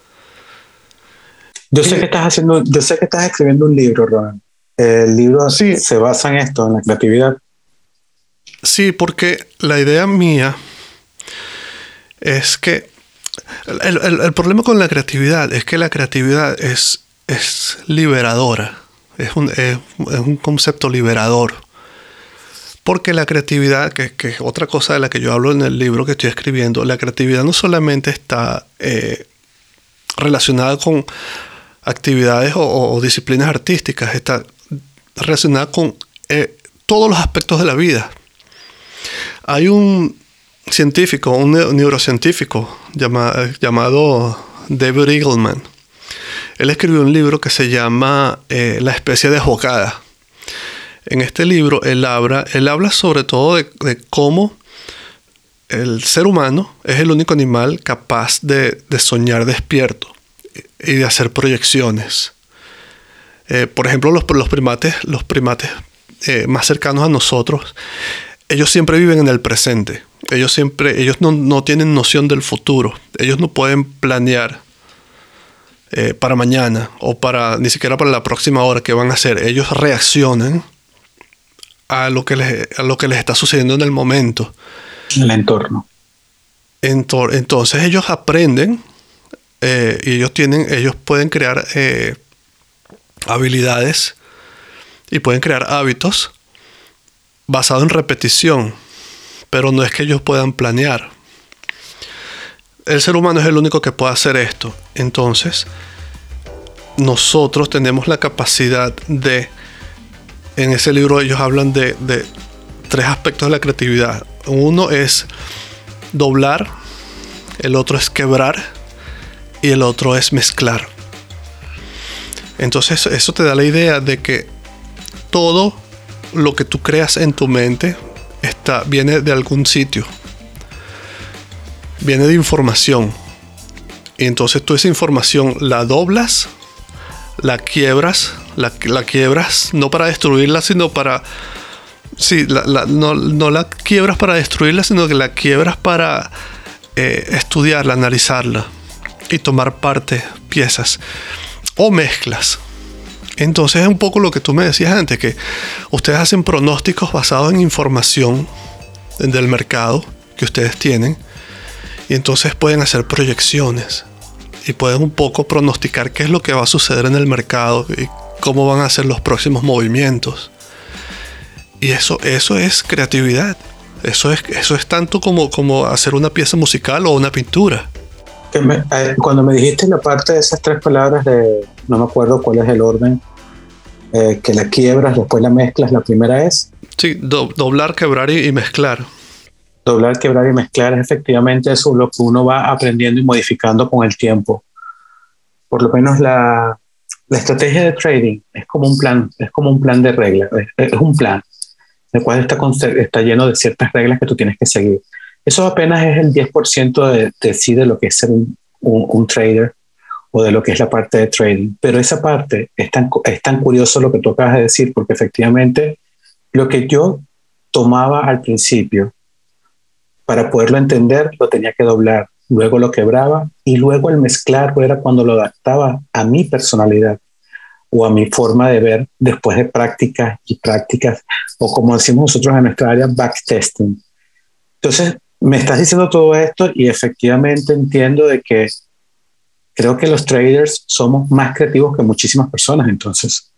Yo sé que estás haciendo, yo sé que estás escribiendo un libro, Ronald. El libro Sí. se basa en esto, en la creatividad. Sí, porque la idea mía es que el, el- el problema con la creatividad es que la creatividad es, es liberadora, es un, es, es un concepto liberador. Porque la creatividad, que, que es otra cosa de la que yo hablo en el libro que estoy escribiendo, la creatividad no solamente está eh, relacionada con actividades o, o disciplinas artísticas, está relacionada con eh, todos los aspectos de la vida. Hay un científico, un neu- neurocientífico llama- eh, llamado David Eagleman. Él escribió un libro que se llama eh, La especie desbocada. En este libro él habla, él habla sobre todo de, de cómo el ser humano es el único animal capaz de, de soñar despierto y de hacer proyecciones. Eh, por ejemplo, los, los primates, los primates eh, más cercanos a nosotros, ellos siempre viven en el presente. Ellos siempre, ellos no, no tienen noción del futuro. Ellos no pueden planear eh, para mañana o para ni siquiera para la próxima hora qué van a hacer. Ellos reaccionan a lo que les, a lo que les está sucediendo en el momento. El entorno. Entor, entonces ellos aprenden eh, y ellos tienen, ellos pueden crear eh, habilidades y pueden crear hábitos basados en repetición, pero no es que ellos puedan planear. El ser humano es el único que puede hacer esto. Entonces, nosotros tenemos la capacidad de, en ese libro ellos hablan de, de tres aspectos de la creatividad. Uno es doblar, el otro es quebrar y el otro es mezclar. Entonces eso te da la idea de que todo lo que tú creas en tu mente está, viene de algún sitio, viene de información, y entonces tú esa información la doblas, la quiebras, la, la quiebras no para destruirla, sino para sí, la, la, no, no la quiebras para destruirla, sino que la quiebras para eh, estudiarla, analizarla y tomar parte, piezas o mezclas. Entonces es un poco lo que tú me decías antes, que ustedes hacen pronósticos basados en información del mercado que ustedes tienen, y entonces pueden hacer proyecciones y pueden un poco pronosticar qué es lo que va a suceder en el mercado y cómo van a ser los próximos movimientos. Y eso, eso es creatividad. Eso es, eso es tanto como, como hacer una pieza musical o una pintura. Que me, eh, cuando me dijiste la parte de esas tres palabras, de, no me acuerdo cuál es el orden, eh, que la quiebras, después la mezclas, la primera es... Sí, do, doblar, quebrar y, y mezclar. Doblar, quebrar y mezclar es efectivamente eso, lo que uno va aprendiendo y modificando con el tiempo. Por lo menos la, la estrategia de trading es como un plan, es como un plan de reglas, es, es un plan, el cual está, con, está lleno de ciertas reglas que tú tienes que seguir. Eso apenas es el diez por ciento de, de sí de lo que es ser un, un, un trader o de lo que es la parte de trading. Pero esa parte es tan, es tan curioso lo que tú acabas de decir, porque efectivamente lo que yo tomaba al principio, para poderlo entender, lo tenía que doblar, luego lo quebraba y luego el mezclar era cuando lo adaptaba a mi personalidad o a mi forma de ver después de prácticas y prácticas, o como decimos nosotros en nuestra área, backtesting. Entonces, me estás diciendo todo esto y efectivamente entiendo de que creo que los traders somos más creativos que muchísimas personas, entonces.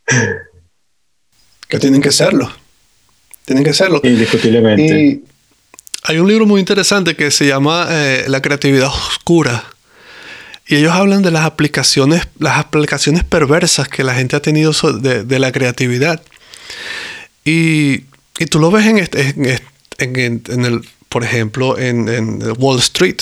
Que tienen que serlo. Tienen que serlo. Indiscutiblemente. Y hay un libro muy interesante que se llama eh, La creatividad oscura. Y ellos hablan de las aplicaciones, las aplicaciones perversas que la gente ha tenido de, de la creatividad. Y, y tú lo ves en, este, en, en, en el, por ejemplo, en, en Wall Street.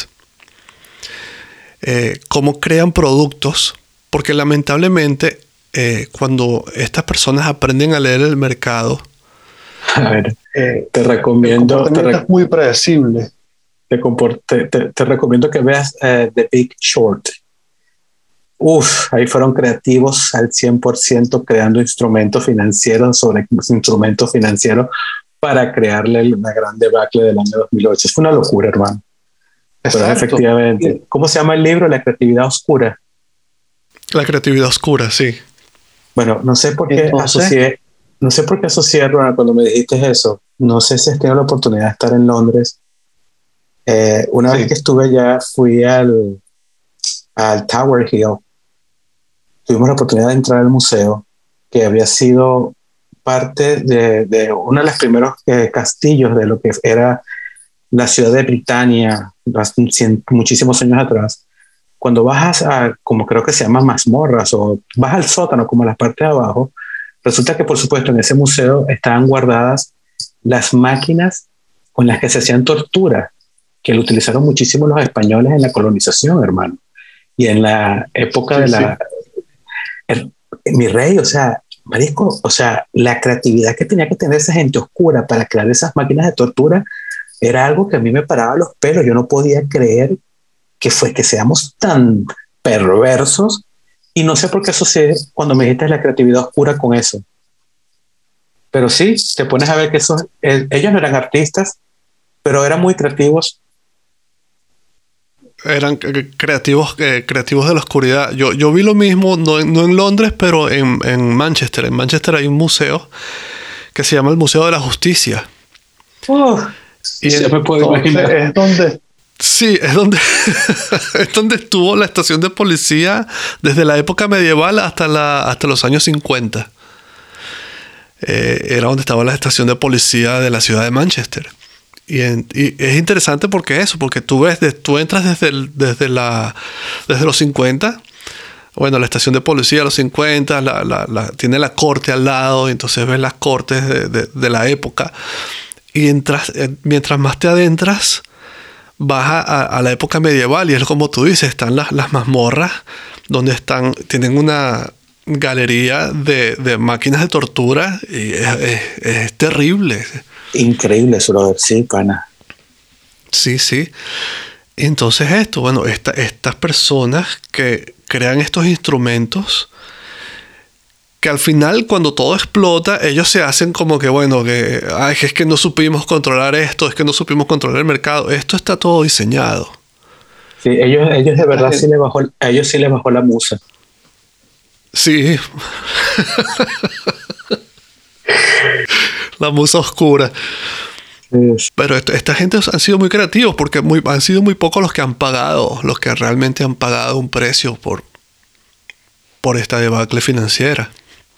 Eh, cómo crean productos. Porque lamentablemente, eh, cuando estas personas aprenden a leer el mercado, a ver, eh, te recomiendo. El te rec- es muy predecible. Te, te, te, te recomiendo que veas uh, The Big Short. Uf, ahí fueron creativos al cien por ciento creando instrumentos financieros sobre instrumentos financieros para crearle una gran debacle del año dos mil ocho. Fue una locura, hermano. Pero efectivamente. ¿Cómo se llama el libro? La creatividad oscura. La creatividad oscura, sí. Bueno, no sé por qué Entonces, asocié, no sé por qué asocié, Ronald, cuando me dijiste eso. No sé si has tenido la oportunidad de estar en Londres. Eh, una sí. vez que estuve allá, fui al, al Tower Hill. Tuvimos la oportunidad de entrar al museo, que había sido parte de, de uno de los primeros eh, castillos de lo que era la ciudad de Britania, muchísimos años atrás. Cuando bajas a, como creo que se llama mazmorras, o vas al sótano, como a la parte de abajo, resulta que, por supuesto, en ese museo estaban guardadas las máquinas con las que se hacían tortura, que lo utilizaron muchísimo los españoles en la colonización, hermano. Y en la época sí, de la... Sí. El, mi rey, o sea, marisco, o sea, la creatividad que tenía que tener esa gente oscura para crear esas máquinas de tortura era algo que a mí me paraba los pelos. Yo no podía creer que fue que seamos tan perversos, y no sé por qué asocié cuando me dijiste la creatividad oscura con eso. Pero sí, te pones a ver que esos, eh, ellos no eran artistas, pero eran muy creativos. Eran creativos, eh, creativos de la oscuridad. Yo, yo vi lo mismo, no, no en Londres, pero en, en Manchester. En Manchester hay un museo que se llama el Museo de la Justicia. Oh, Y se en- me puede Entonces, imaginar. es donde Sí, es donde, es donde estuvo la estación de policía desde la época medieval hasta, la, hasta los años cincuenta. Eh, era donde estaba la estación de policía de la ciudad de Manchester. Y, en- y es interesante porque eso, porque tú ves, de- tú entras desde, el- desde, la, desde los cincuenta. Bueno, la estación de policía de los cincuenta, la, la, la- tiene la corte al lado, y entonces ves las cortes de, de- de la época. Y entras, eh, mientras más te adentras, vas a, a- a la época medieval y es como tú dices, están las, las mazmorras donde están, tienen una galería de, de máquinas de tortura y es, es- es terrible. Increíble eso, brother. Sí, pana. Sí, sí. Y entonces esto, bueno, esta- estas personas que crean estos instrumentos, que al final cuando todo explota, ellos se hacen como que, bueno, que "Ay, es que no supimos controlar esto, es que no supimos controlar el mercado". Esto está todo diseñado. Sí, ellos, ellos de verdad sí les bajó, a ellos sí les bajó la musa. Sí. La musa oscura. Es- Pero est- esta gente han sido muy creativos porque muy, han sido muy pocos los que han pagado, los que realmente han pagado un precio por, por esta debacle financiera.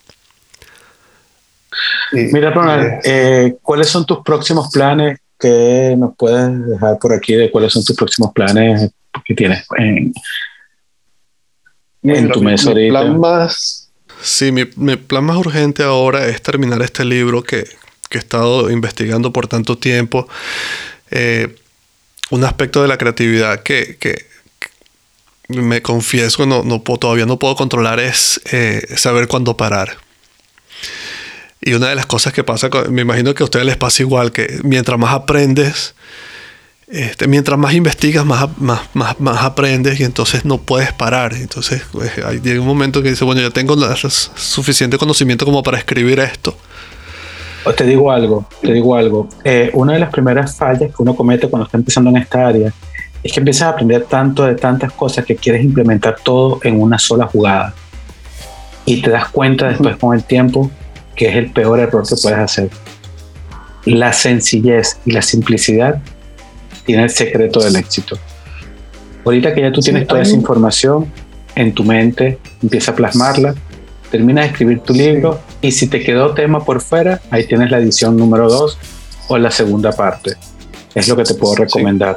y- Mira, Ronald, y- eh, ¿cuáles son tus próximos planes? ¿Qué nos puedes dejar por aquí de cuáles son tus próximos planes que tienes en, en mira, tu mi- mes mi ahorita? plan más Sí, mi, mi plan más urgente ahora es terminar este libro que, que he estado investigando por tanto tiempo. Eh, un aspecto de la creatividad que, que- que me confieso no, no puedo- todavía no puedo controlar es eh, saber cuándo parar. Y una de las cosas que pasa, con- me imagino que a ustedes les pasa igual, que mientras más aprendes, este, mientras más investigas, más, más, más, más aprendes y entonces no puedes parar. Entonces pues, hay, llega un momento que dice, bueno, ya tengo la- suficiente conocimiento como para escribir esto. O te digo algo, te digo algo. Eh, una de las primeras fallas que uno comete cuando está empezando en esta área es que empiezas a aprender tanto de tantas cosas que quieres implementar todo en una sola jugada. Y te das cuenta después con el tiempo que es el peor error que puedes hacer. La sencillez y la simplicidad tiene el secreto del éxito. Ahorita que ya tú Sí, tienes toda hay esa un- información en tu mente, empieza a plasmarla, termina de escribir tu libro y si te quedó tema por fuera, ahí tienes la edición número dos o la segunda parte. Es lo que te puedo recomendar.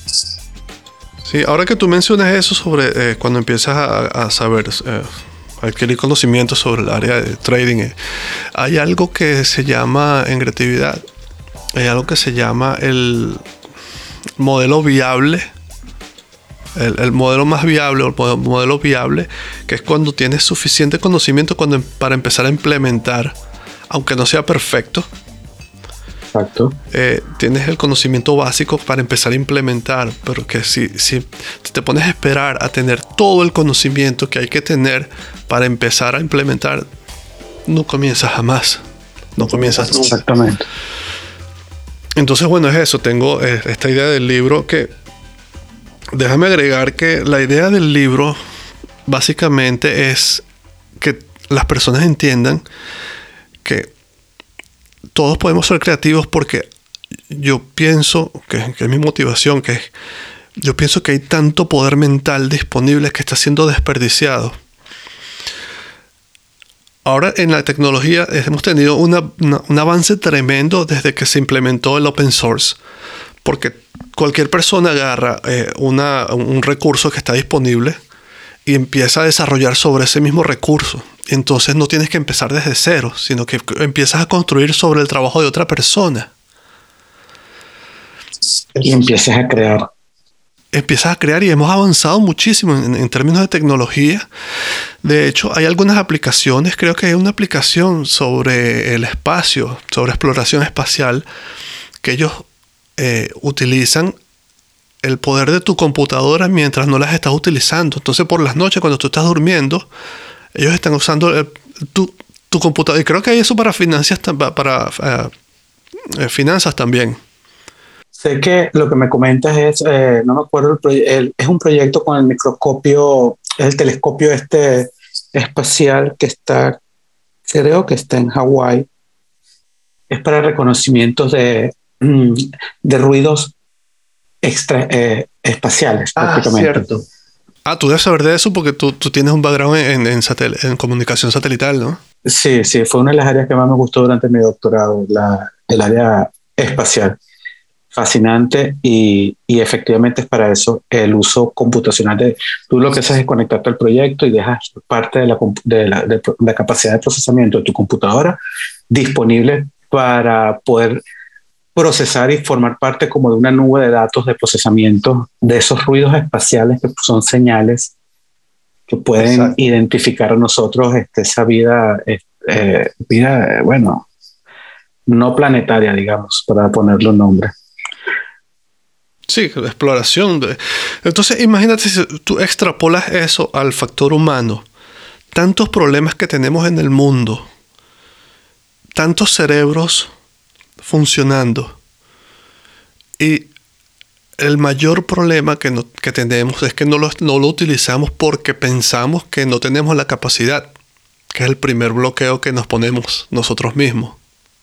Sí, ahora que tú mencionas eso sobre eh, cuando empiezas a, a saber, eh, a adquirir conocimiento sobre el área de trading, eh, hay algo que se llama en creatividad, hay algo que se llama el modelo viable, el, el modelo más viable o el modelo, modelo viable, que es cuando tienes suficiente conocimiento cuando, em- para empezar a implementar, aunque no sea perfecto. Exacto. Eh, tienes el conocimiento básico para empezar a implementar, pero que si, si, si te pones a esperar a tener todo el conocimiento que hay que tener para empezar a implementar, no comienzas jamás. No comienzas nunca. Exactamente. Entonces, bueno, es eso. Tengo eh, esta idea del libro que... Déjame agregar que la idea del libro básicamente es que las personas entiendan que todos podemos ser creativos porque yo pienso, que, que es mi motivación, que es, yo pienso que hay tanto poder mental disponible que está siendo desperdiciado. Ahora en la tecnología hemos tenido una, una, un avance tremendo desde que se implementó el open source, porque cualquier persona agarra eh, una, un recurso que está disponible y empieza a desarrollar sobre ese mismo recurso. Entonces no tienes que empezar desde cero, sino que empiezas a construir sobre el trabajo de otra persona. Y empiezas a crear. Empiezas a crear y hemos avanzado muchísimo en, en términos de tecnología. De hecho, hay algunas aplicaciones, creo que hay una aplicación sobre el espacio, sobre exploración espacial, que ellos eh, utilizan el poder de tu computadora mientras no las estás utilizando. Entonces, por las noches, cuando tú estás durmiendo, ellos están usando el, tu, tu computadora. Y creo que hay eso para finanzas, para, para uh, eh, finanzas también. Sé que lo que me comentas es, eh, no me acuerdo, el proye- el- es un proyecto con el microscopio, es el telescopio este espacial que está, creo que está en Hawái, es para reconocimientos de, de ruidos extra, eh, espaciales, Ah, prácticamente. cierto. Ah, tú debes saber de eso porque tú, tú tienes un background en, en, satel- en comunicación satelital, ¿no? Sí, sí, fue una de las áreas que más me gustó durante mi doctorado, la, el área espacial. Fascinante y, y efectivamente es para eso el uso computacional. De, tú lo que haces es conectarte al proyecto y dejas parte de la, de la, de la capacidad de procesamiento de tu computadora disponible para poder procesar y formar parte como de una nube de datos de procesamiento de esos ruidos espaciales que son señales que pueden Exacto. identificar a nosotros este, esa vida, eh, vida, eh, bueno, no planetaria, digamos, para ponerle un nombre. Sí, exploración. De... Entonces, imagínate si tú extrapolas eso al factor humano. Tantos problemas que tenemos en el mundo. Tantos cerebros funcionando. Y el mayor problema que, no, que tenemos es que no lo, no lo utilizamos porque pensamos que no tenemos la capacidad, que es el primer bloqueo que nos ponemos nosotros mismos.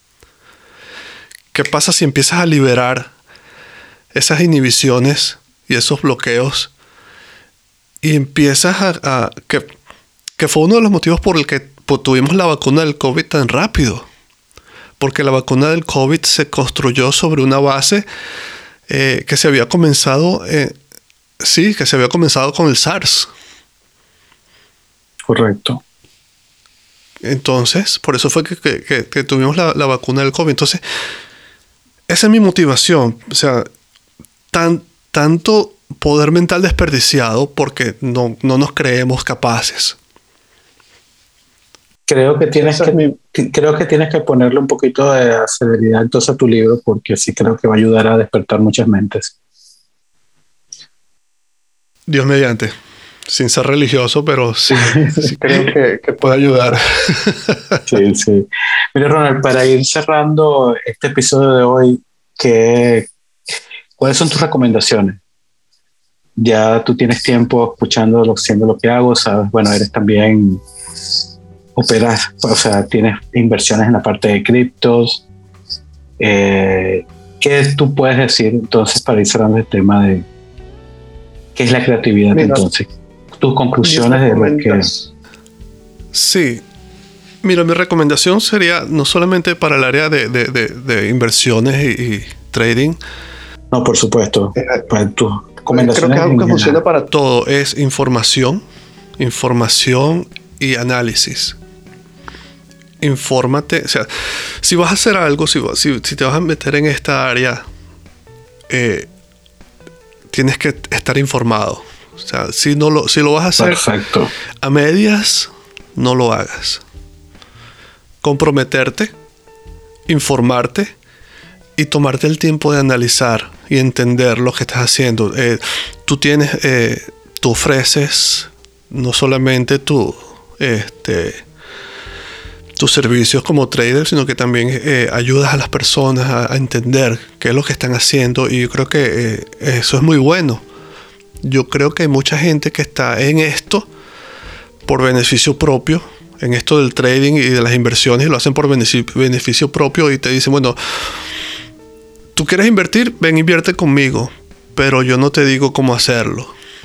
¿Qué pasa si empiezas a liberar esas inhibiciones y esos bloqueos y empiezas a... a que, que fue uno de los motivos por el que pues, tuvimos la vacuna del COVID tan rápido? Porque la vacuna del COVID se construyó sobre una base eh, que se había comenzado, eh, sí, que se había comenzado con el SARS. Correcto. Entonces, por eso fue que, que, que, que tuvimos la, la vacuna del COVID. Entonces, esa es mi motivación. O sea, tan, tanto poder mental desperdiciado porque no, no nos creemos capaces. Creo que tienes que, mi... creo que tienes que ponerle un poquito de severidad entonces a tu libro, porque sí creo que va a ayudar a despertar muchas mentes. Dios mediante. Sin ser religioso, pero sí, sí creo que, que puede ayudar. Sí, sí. Mira, Ronald, para ir cerrando este episodio de hoy, ¿qué, ¿cuáles son tus recomendaciones? Ya tú tienes tiempo escuchando, lo, haciendo lo que hago, sabes, bueno, eres también... operas, o sea, tienes inversiones en la parte de criptos. Eh, ¿Qué tú puedes decir entonces para ir cerrando el tema de qué es la creatividad? Mira, entonces, tus conclusiones de lo que... Sí. Mira, mi recomendación sería no solamente para el área de, de, de, de inversiones y, y trading. No, por supuesto. Eh, para tus recomendaciones. Creo que es algo que funciona para todo. Es información, información y análisis. Infórmate, o sea, si vas a hacer algo, si, si, si te vas a meter en esta área, eh, tienes que estar informado. O sea, si, no lo, si lo vas a hacer Perfecto. a medias, no lo hagas. Comprometerte, informarte y tomarte el tiempo de analizar y entender lo que estás haciendo. Eh, tú tienes, eh, tú ofreces no solamente tu, este, tus servicios como trader, sino que también eh, ayudas a las personas a, a entender qué es lo que están haciendo, y yo creo que eh, eso es muy bueno. Yo creo que hay mucha gente que está en esto por beneficio propio, en esto del trading y de las inversiones, y lo hacen por beneficio, beneficio propio y te dicen, bueno, tú quieres invertir, ven, invierte conmigo, pero yo no te digo cómo hacerlo.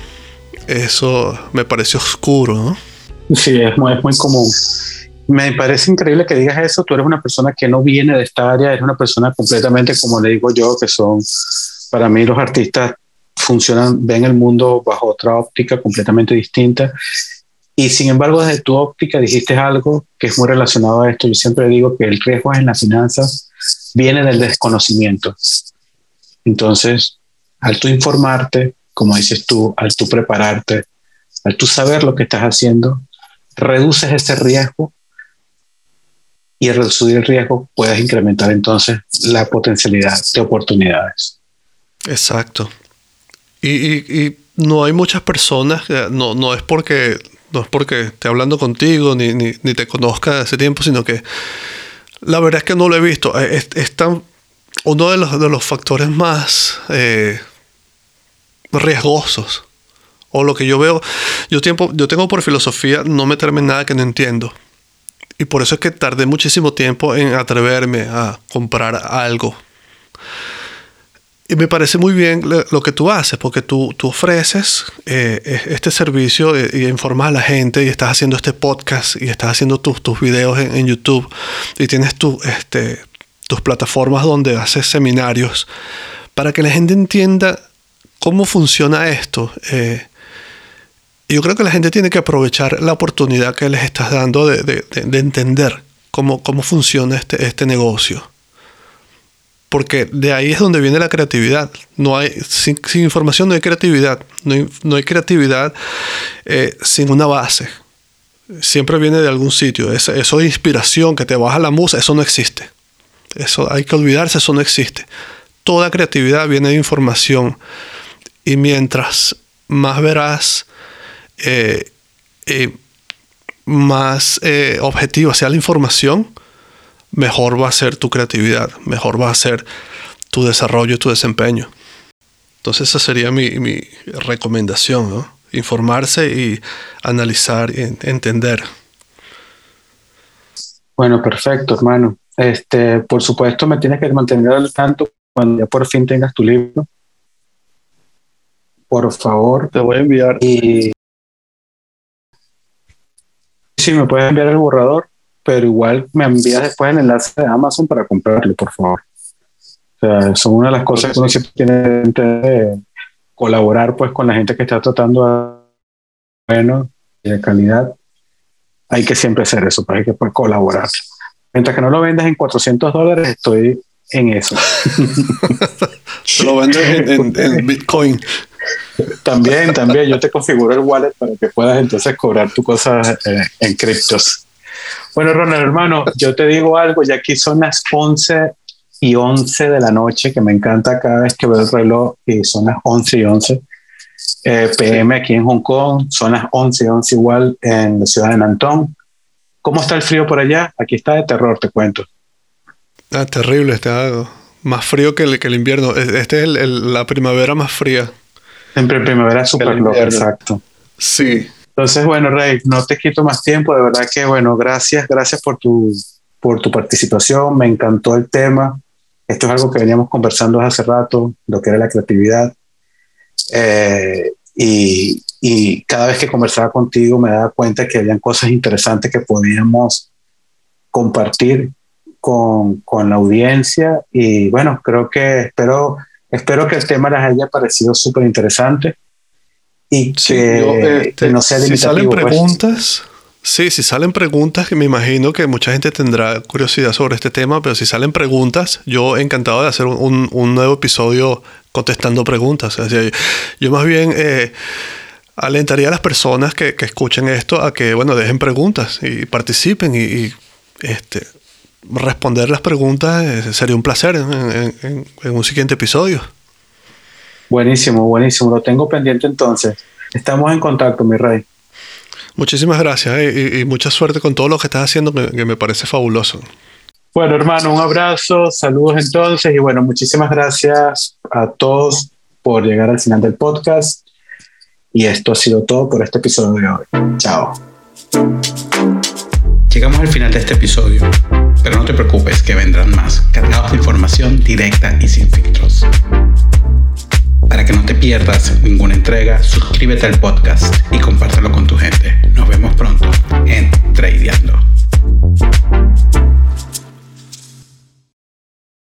Eso me parece oscuro, ¿no? Sí, es muy, es muy común. Me parece increíble que digas eso. Tú eres una persona que no viene de esta área, eres una persona completamente, como le digo yo, que son, para mí los artistas funcionan, ven el mundo bajo otra óptica completamente distinta. Y sin embargo, desde tu óptica dijiste algo que es muy relacionado a esto. Yo siempre digo que el riesgo en las finanzas viene del desconocimiento. Entonces, al tú informarte, como dices tú, al tú prepararte, al tú saber lo que estás haciendo, reduces ese riesgo, y al reducir el riesgo puedes incrementar entonces la potencialidad de oportunidades. Exacto. Y, y, y no hay muchas personas, no, no es porque no es porque esté hablando contigo ni, ni, ni te conozca de hace tiempo, sino que la verdad es que no lo he visto. Es, es tan, uno de los, de los factores más eh, riesgosos, o lo que yo veo, yo, tiempo, yo tengo por filosofía no meterme en nada que no entiendo. y por eso es que tardé muchísimo tiempo en atreverme a comprar algo. Y me parece muy bien lo que tú haces, porque tú, tú ofreces eh, este servicio y informas a la gente, y estás haciendo este podcast y estás haciendo tus, tus videos en, en YouTube, y tienes tu, este, tus plataformas donde haces seminarios para que la gente entienda cómo funciona esto. Eh, yo creo que la gente tiene que aprovechar la oportunidad que les estás dando de, de, de, de entender cómo, cómo funciona este, este negocio. Porque de ahí es donde viene la creatividad. No hay, sin, sin información no hay creatividad. No hay, no hay creatividad eh, sin una base. Siempre viene de algún sitio. Eso, eso de inspiración, que te baja la musa, eso no existe. Eso hay que olvidarse, eso no existe. Toda creatividad viene de información. Y mientras más veraz, eh, eh, más eh, objetiva sea la información, mejor va a ser tu creatividad, mejor va a ser tu desarrollo y tu desempeño. Entonces esa sería mi, mi recomendación, ¿no? Informarse y analizar y entender. Bueno, perfecto, hermano. Este, por supuesto, me tienes que mantener al tanto cuando ya por fin tengas tu libro. Por favor. Te voy a enviar. Y sí, me puedes enviar el borrador, pero igual me envías después el enlace de Amazon para comprarlo, por favor. O sea, son una de las cosas que uno siempre tiene que colaborar pues con la gente que está tratando de bueno y de calidad. Hay que siempre hacer eso, pues hay que pues, colaborar. Mientras que no lo vendas en cuatrocientos dólares, estoy en eso. Lo vendes en, en, en Bitcoin. También, también. Yo te configuro el wallet para que puedas entonces cobrar tu cosa eh, en criptos. Bueno, Ronald, hermano, yo te digo algo, ya aquí son las once y once de la noche, que me encanta cada vez que veo el reloj, y son las once y once eh, P M aquí en Hong Kong, son las once y once igual en la ciudad de Nantong. ¿Cómo está el frío por allá? Aquí está de terror, te cuento. Ah, terrible, está más frío que el, que el invierno. Este es el, el, la primavera más fría. Siempre primavera es súper loca, exacto. Sí. Entonces, bueno, Rey, no te quito más tiempo. De verdad que, bueno, gracias, gracias por tu, por tu participación. Me encantó el tema. Esto es algo que veníamos conversando hace rato, lo que era la creatividad. Eh, y, y cada vez que conversaba contigo me daba cuenta que habían cosas interesantes que podíamos compartir con, con la audiencia. Y bueno, creo que espero, espero que el tema les haya parecido súper interesante. Y que, sí, yo, este, que no sea limitativo. Si salen preguntas, pues. sí, si salen preguntas, que me imagino que mucha gente tendrá curiosidad sobre este tema, pero si salen preguntas, yo encantado de hacer un, un nuevo episodio contestando preguntas. O sea, yo, yo más bien eh, alentaría a las personas que, que escuchen esto a que, bueno, dejen preguntas y participen y, y este, responder las preguntas eh, sería un placer en, en, en, en un siguiente episodio. Buenísimo, buenísimo. Lo tengo pendiente entonces. Estamos en contacto, mi rey. Muchísimas gracias eh, y, y mucha suerte con todo lo que estás haciendo, que, que me parece fabuloso. Bueno, hermano, un abrazo, saludos entonces y bueno, muchísimas gracias a todos por llegar al final del podcast y esto ha sido todo por este episodio de hoy. Chao. Llegamos al final de este episodio, pero no te preocupes que vendrán más, cargados de información directa y sin filtros. Para que no te pierdas ninguna entrega, suscríbete al podcast y compártelo con tu gente. Nos vemos pronto en Tradeando.